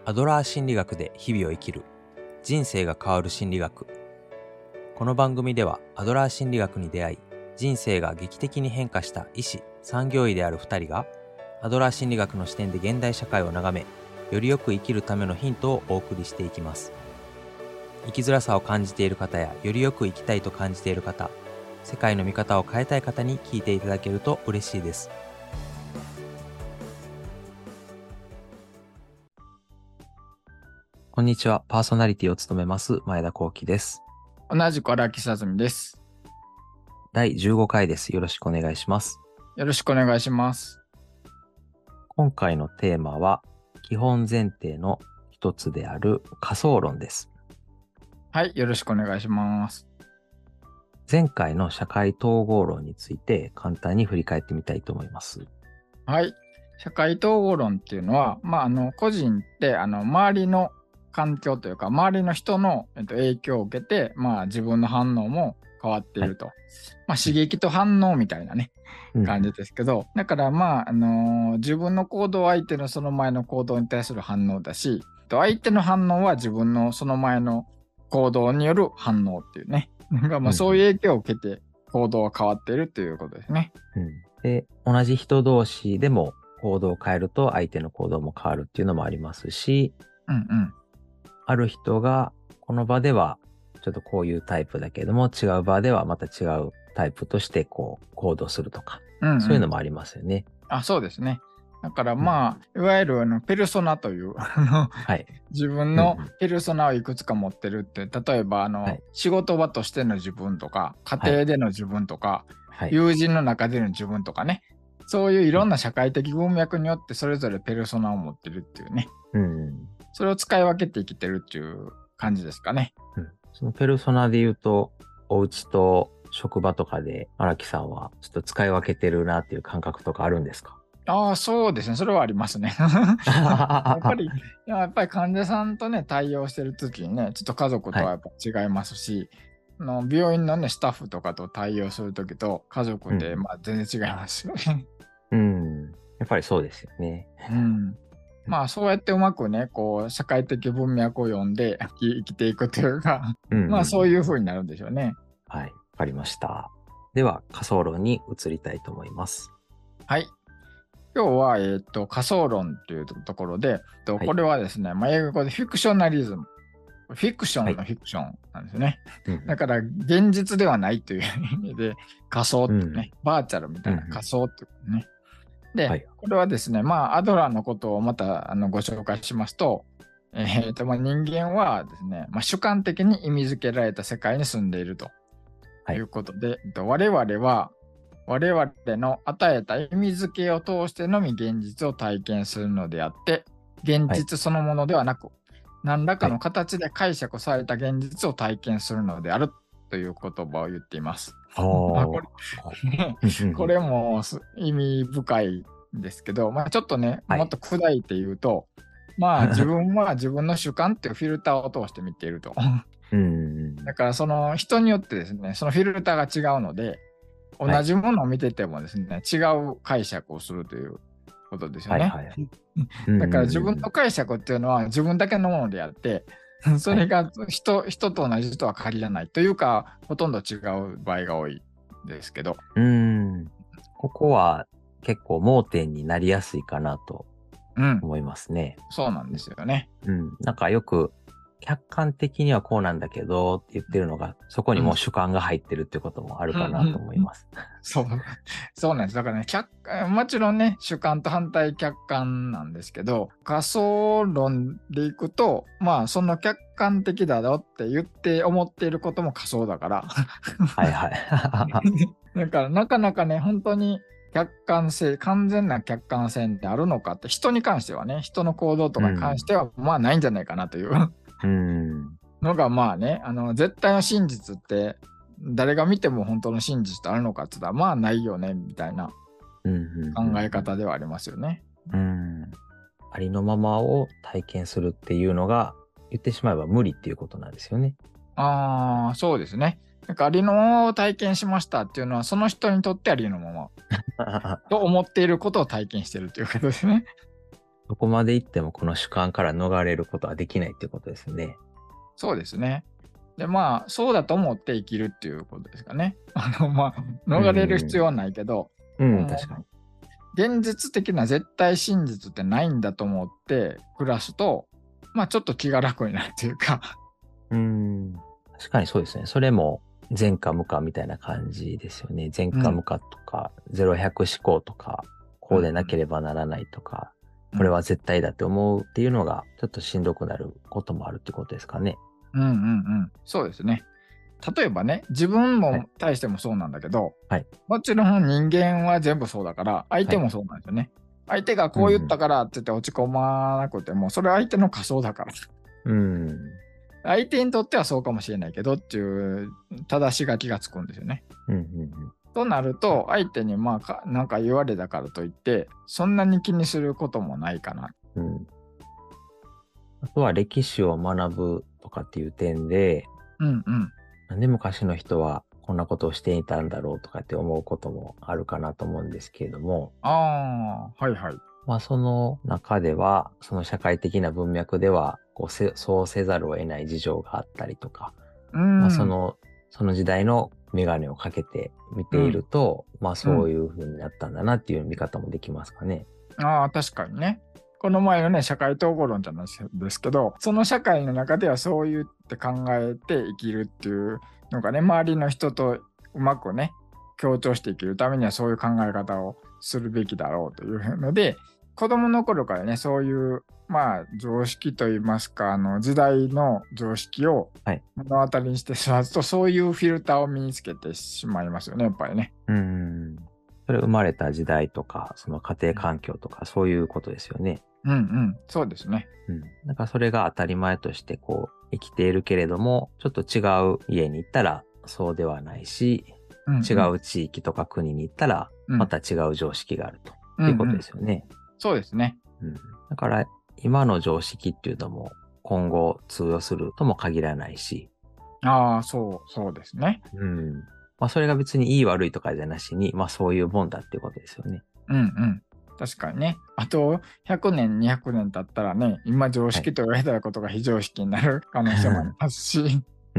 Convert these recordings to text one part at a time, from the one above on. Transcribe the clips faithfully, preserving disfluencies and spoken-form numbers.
アドラー心理学で日々を生きる人生が変わる心理学。この番組ではアドラー心理学に出会い、人生が劇的に変化した医師・産業医であるふたりがアドラー心理学の視点で現代社会を眺め、よりよく生きるためのヒントをお送りしていきます。生きづらさを感じている方やよりよく生きたいと感じている方、世界の見方を変えたい方に聞いていただけると嬉しいです。こんにちは。パーソナリティを務めます前田幸喜です。 同じく荒木さずみです。 だいじゅうごかいです。よろしくお願いします。 よろしくお願いします。 今回のテーマは基本前提の一つである仮想論です。 はい、よろしくお願いします。 前回の社会統合論について簡単に振り返ってみたいと思います。 はい、社会統合論っていうのは、まあ、あの個人ってあの周りの環境というか周りの人の、えっと、影響を受けて、まあ、自分の反応も変わっていると、はい、まあ、刺激と反応みたいなね、うん、感じですけど、だからまあ、あのー、自分の行動は相手のその前の行動に対する反応だし、相手の反応は自分のその前の行動による反応っていうね、なんかまあそういう影響を受けて行動が変わっているということですね。 うん、で、同じ人同士でも行動を変えると相手の行動も変わるっていうのもありますし、 うんうん、ある人がこの場ではちょっとこういうタイプだけども違う場ではまた違うタイプとしてこう行動するとか、うんうん、そういうのもありますよね。 あ、そうですね。だからまあ、うん、いわゆるあのペルソナというはい、自分のペルソナをいくつか持ってるって、例えばあの、はい、仕事場としての自分とか家庭での自分とか、はい、友人の中での自分とかね、そういういろんな社会的文脈によってそれぞれペルソナを持ってるっていうね、うん、それを使い分けて生きてるっていう感じですかね。 うん、そのペルソナで言うとお家と職場とかで荒木さんはちょっと使い分けてるなっていう感覚とかあるんですか？ ああ、そうですね。それはありますね。やっぱり、やっぱり患者さんとね、対応してるときにね、ちょっと家族とはやっぱ違いますし、はい、の病院のね、スタッフとかと対応するときと家族で、まあ全然違いますよね。 うん。やっぱりそうですよね。 うん。まあそうやってうまくね、こう、社会的文脈を読んで生きていくというか、うんうん、まあそういう風になるんでしょうね。 はい。わかりました。では、仮想論に移りたいと思います。 はい。今日は、えーと、仮想論というところで、とこれはですね、はい、まあ、英語でフィクショナリズム。フィクションのフィクションなんですね。はい、だから、現実ではないという意味で、仮想ってね、うん、バーチャルみたいな仮想ってことね。うん、で、はい、これはですね、まあ、アドラーのことをまたあのご紹介しますと、えーとまあ、人間はですね、まあ、主観的に意味付けられた世界に住んでいるということで、はい、我々は、我々の与えた意味付けを通してのみ現実を体験するのであって、現実そのものではなく、はい、何らかの形で解釈された現実を体験するのであるという言葉を言っています。これこれも意味深いんですけど、まあ、ちょっとね、もっと砕いて言うと、まあ自分は自分の主観っていうフィルターを通して見ていると。だからその人によってですね、そのフィルターが違うので、同じものを見ててもですね、はい、違う解釈をするということですよね。はいはい、だから自分の解釈っていうのは自分だけのものであって、それが 人,、はい、人と同じとは限らないというか、ほとんど違う場合が多いですけど。 うーん、ここは結構盲点になりやすいかなと思いますね。 うん、そうなんですよね。 うん、なんかよく客観的にはこうなんだけどって言ってるのが、そこにもう主観が入ってるってこともあるかなと思います。 うんうん、そう、そうなんです。だからね、客もちろんね、主観と反対客観なんですけど、仮想論でいくと、まあ、その客観的だろって言って思っていることも仮想だから。 はいはい。 だからなかなかね、本当に客観性、完全な客観性ってあるのかって、人に関してはね、人の行動とかに関しては、まあないんじゃないかなという。うんのがまあね、あの絶対の真実って誰が見ても本当の真実ってあるのかって言ったらまあないよねみたいな考え方ではありますよね。 うんうんうん、ありのままを体験するっていうのが言ってしまえば無理っていうことなんですよね。 ああ、そうですね。なんかありのままを体験しましたっていうのはその人にとってありのままと思っていることを体験してるということですね。 どこまで行ってもこの主観から逃れることはできないっていうことですね。 そうですね。で、まあ、そうだと思って生きるっていうことですかね。あの、まあ、逃れる必要はないけど、 うん、 もう確かに。 現実的な絶対真実ってないんだと思って暮らすと、まあ、ちょっと気が楽になるっていうか。 うん、確かにそうですね。それも善か無かみたいな感じですよね。善か無かとか、ゼロひゃく思考とか、こうでなければならないとか、 うん、 これは絶対だって思うっていうのが、ちょっとしんどくなることもあるってことですかね。 うんうんうん。そうですね。例えばね、自分も対してもそうなんだけど、 はい、 もちろん人間は全部そうだから、相手もそうなんですよね。はい、相手がこう言ったからって言って落ち込まなくても、それは相手の仮想だから。 うん。 相手にとってはそうかもしれないけどっていう正し書きがつくんですよね。 うんうんうん、 となると、相手にまあかなんか言われたからといって、そんなに気にすることもないかな。 うん。あとは歴史を学ぶとかっていう点で、 うんうん。 なんで昔の人はこんなことをしていたんだろうとかって思うこともあるかなと思うんですけれども、 ああ、はいはい。 まあその中では、その社会的な文脈では、こうせそうせざるを得ない事情があったりとか、 うん。 まあその、その時代のメガネをかけて見ていると、うん、まあそういう風になったんだなっていう見方もできますかね。 ああ、確かにね。この前のね、社会統合論じゃないですけど、その社会の中ではそう言って考えて生きるっていうのがね、周りの人とうまくね、協調して生きるためにはそういう考え方をするべきだろうというので、子供の頃からね、そういう、まあ、常識といいますか、あの、時代の常識を目の当たりにして育つと、そういうフィルターを身につけてしまいますよね、やっぱりね。 うん。それ生まれた時代とか、その家庭環境とか、そういうことですよね。 うんうん、そうですね。 うん。だからそれが当たり前としてこう生きているけれども、ちょっと違う家に行ったらそうではないし、うんうん、違う地域とか国に行ったらまた違う常識があると、うん、いうことですよね。 そうですね。 うん。だから今の常識っていうのも今後通用するとも限らないし。 ああ、そう、そうですね。 うん。まあそれが別にいい悪いとかじゃなしに、まあそういうもんだっていうことですよね。 うんうん。確かにね。あとひゃくねん、にひゃくねん経ったらね、今常識と言われたことが非常識になる可能性もありますし。はい、 うん、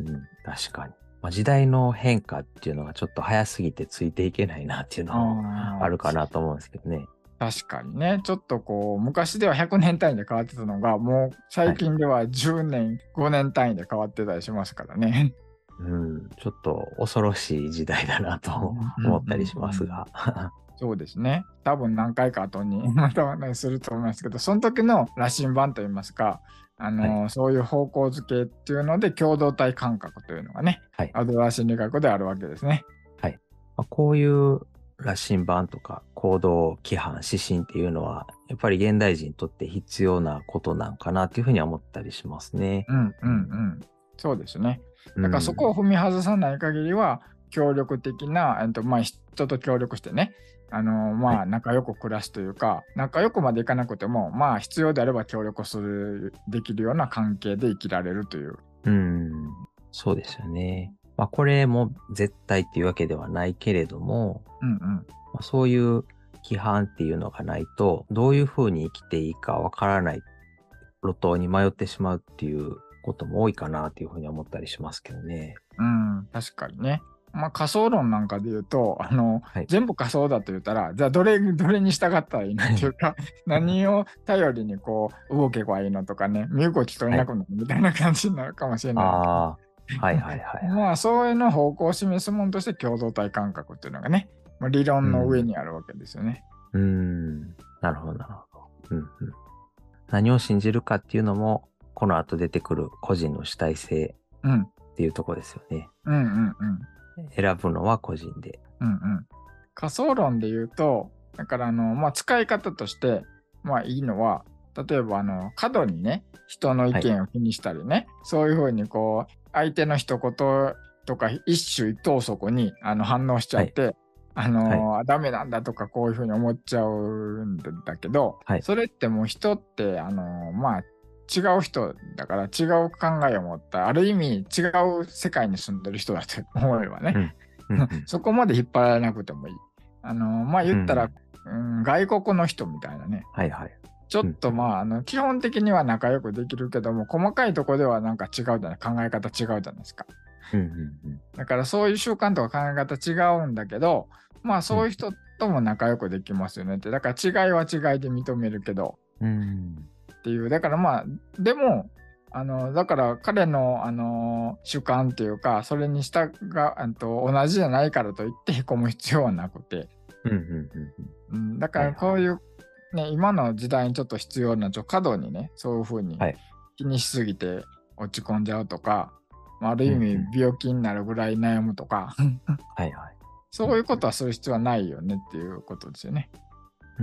確かに。まあ、時代の変化っていうのがちょっと早すぎてついていけないなっていうのもあるかなと思うんですけどね。 確かにね。ちょっとこう、昔ではひゃくねん単位で変わってたのが、もう最近ではじゅうねん、はい、ごねん単位で変わってたりしますからね。 うん、ちょっと恐ろしい時代だなと思ったりしますが。 そうですね。多分何回か後にまたお話すると思いますけど、その時の羅針盤といいますか、あの、はい、そういう方向づけっていうので共同体感覚というのがね、はい、アドラー心理学であるわけですね。 はい。まあ、こういう羅針盤とか行動規範指針っていうのはやっぱり現代人にとって必要なことなのかなっていうふうには思ったりしますね。 うんうんうん。そうですね。だからそこを踏み外さない限りは、協力的な、えっとまあ、人と協力してね、あのまあ、仲良く暮らすというか、はい、仲良くまでいかなくても、まあ、必要であれば協力する、できるような関係で生きられるという。 うん、そうですよね。まあ、これも絶対っていうわけではないけれども、 うんうんまあ、そういう規範っていうのがないと、どういうふうに生きていいかわからない路頭に迷ってしまうっていうことも多いかなっていうふうに思ったりしますけどね。 うん、確かにね。まあ、仮想論なんかで言うと、あの、はい、全部仮想だと言ったら、じゃあどれ、どれに従ったらいいのっていうか、何を頼りにこう、動けばいいのとかね、身動き取れなくなるみたいな感じになるかもしれない。 ああ、はいはいはい、はい。 まあ、そういうの方向を示すものとして共同体感覚っていうのがね、まあ、理論の上にあるわけですよね。 うん、うんなるほどなるほど、うんうん。何を信じるかっていうのも、この後出てくる個人の主体性っていうところですよね。 うんうんうん。 選ぶのは個人で。 うんうん。仮想論で言うと、だからあの、まあ、使い方として、まあいいのは、例えばあの、過度にね、人の意見を気にしたりね、はい、そういうふうにこう、相手の一言とか一種一投足にあの反応しちゃって、はい、あの、はい、ダメなんだとかこういうふうに思っちゃうんだけど、はい、それってもう人って、あの、まあ、違う人だから違う考えを持ったある意味違う世界に住んでる人だと思えばね、うんうん、そこまで引っ張られなくてもいい。あのまあ言ったら、うんうん、外国の人みたいなね、 はいはい、 ちょっとまあ、あの、基本的には仲良くできるけども、細かいとこではなんか違うじゃない、考え方違うじゃないですか。 うんうんうん、 だからそういう習慣とか考え方違うんだけど、まあそういう人とも仲良くできますよねって。だから違いは違いで認めるけど、 うん、 っていう。だからまあ、でも、あの、だから彼の、あの、主観っていうか、それに従うと同じじゃないからといってへこむ必要はなくて。 うんうんうんうん、だからこういう、ね、今の時代にちょっと必要な、ちょ過度にね、そういうふうに気にしすぎて落ち込んじゃうとか、ある意味病気になるぐらい悩むとか、 はいはい、 そういうことはする必要はないよねっていうことですよね。 うん、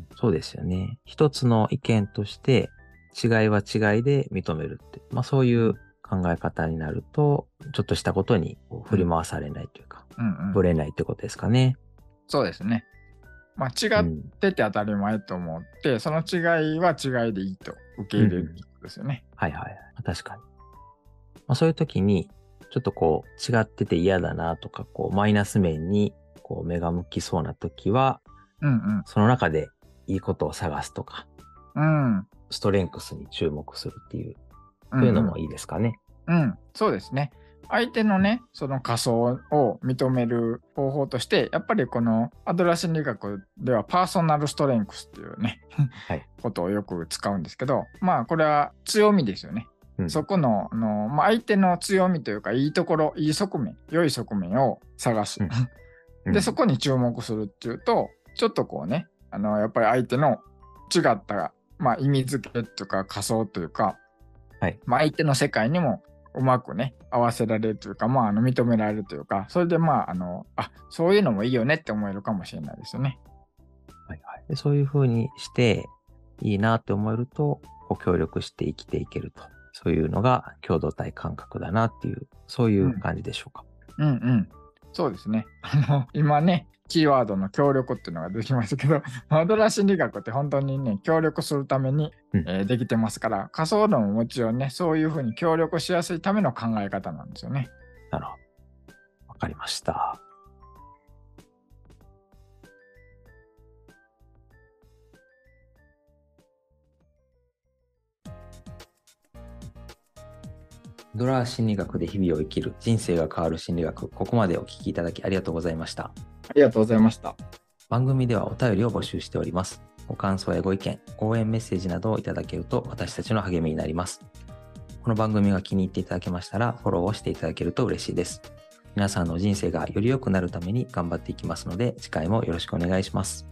そうですよね。一つの意見として違いは違いで認めるって、まあそういう考え方になると、ちょっとしたことに振り回されないというか、 うんうんうん、 ぶれないってことですかね。 そうですね。まあ、違ってて当たり前と思って、うん、その違いは違いでいいと受け入れるってことですよね。 うん、はいはい。確かに。まあ、そういう時に、ちょっとこう、違ってて嫌だなとか、こう、マイナス面にこう目が向きそうな時は、 うんうん、 その中でいいことを探すとか、 うん、 ストレングスに注目するっていう、そういうのもいいですかね。 うん、うん、そうですね。相手のね、その仮想を認める方法として、やっぱりこのアドラー心理学ではパーソナルストレングスっていうね、はい、ことをよく使うんですけど、まあこれは強みですよね。うん、そこの、あの、まあ、相手の強みというか、いいところ、いい側面、良い側面を探す。うん、で、そこに注目するっていうと、ちょっとこうね、あの、やっぱり相手の違った、まあ、意味付けというか仮想というか、はい、まあ、相手の世界にもうまくね、合わせられるというか、まあ、あの認められるというか、それでまあ、あの、あ、そういうのもいいよねって思えるかもしれないですよね。 はいはい。でそういうふうにしていいなって思えると、こう協力して生きていけると。そういうのが共同体感覚だなっていう、そういう感じでしょうか。 うん、うん、うん。そうですね。あの、今ね、キーワードの協力っていうのができましたけど、アドラー心理学って本当にね、協力するために、うん、えー、できてますから、仮想論ももちろんね、そういうふうに協力しやすいための考え方なんですよね。 なるほど。わかりました。アドラー心理学で日々を生きる、人生が変わる心理学、ここまでお聞きいただきありがとうございました。 ありがとうございました。 番組ではお便りを募集しております。ご感想やご意見、応援メッセージなどをいただけると私たちの励みになります。この番組が気に入っていただけましたらフォローをしていただけると嬉しいです。皆さんの人生がより良くなるために頑張っていきますので、次回もよろしくお願いします。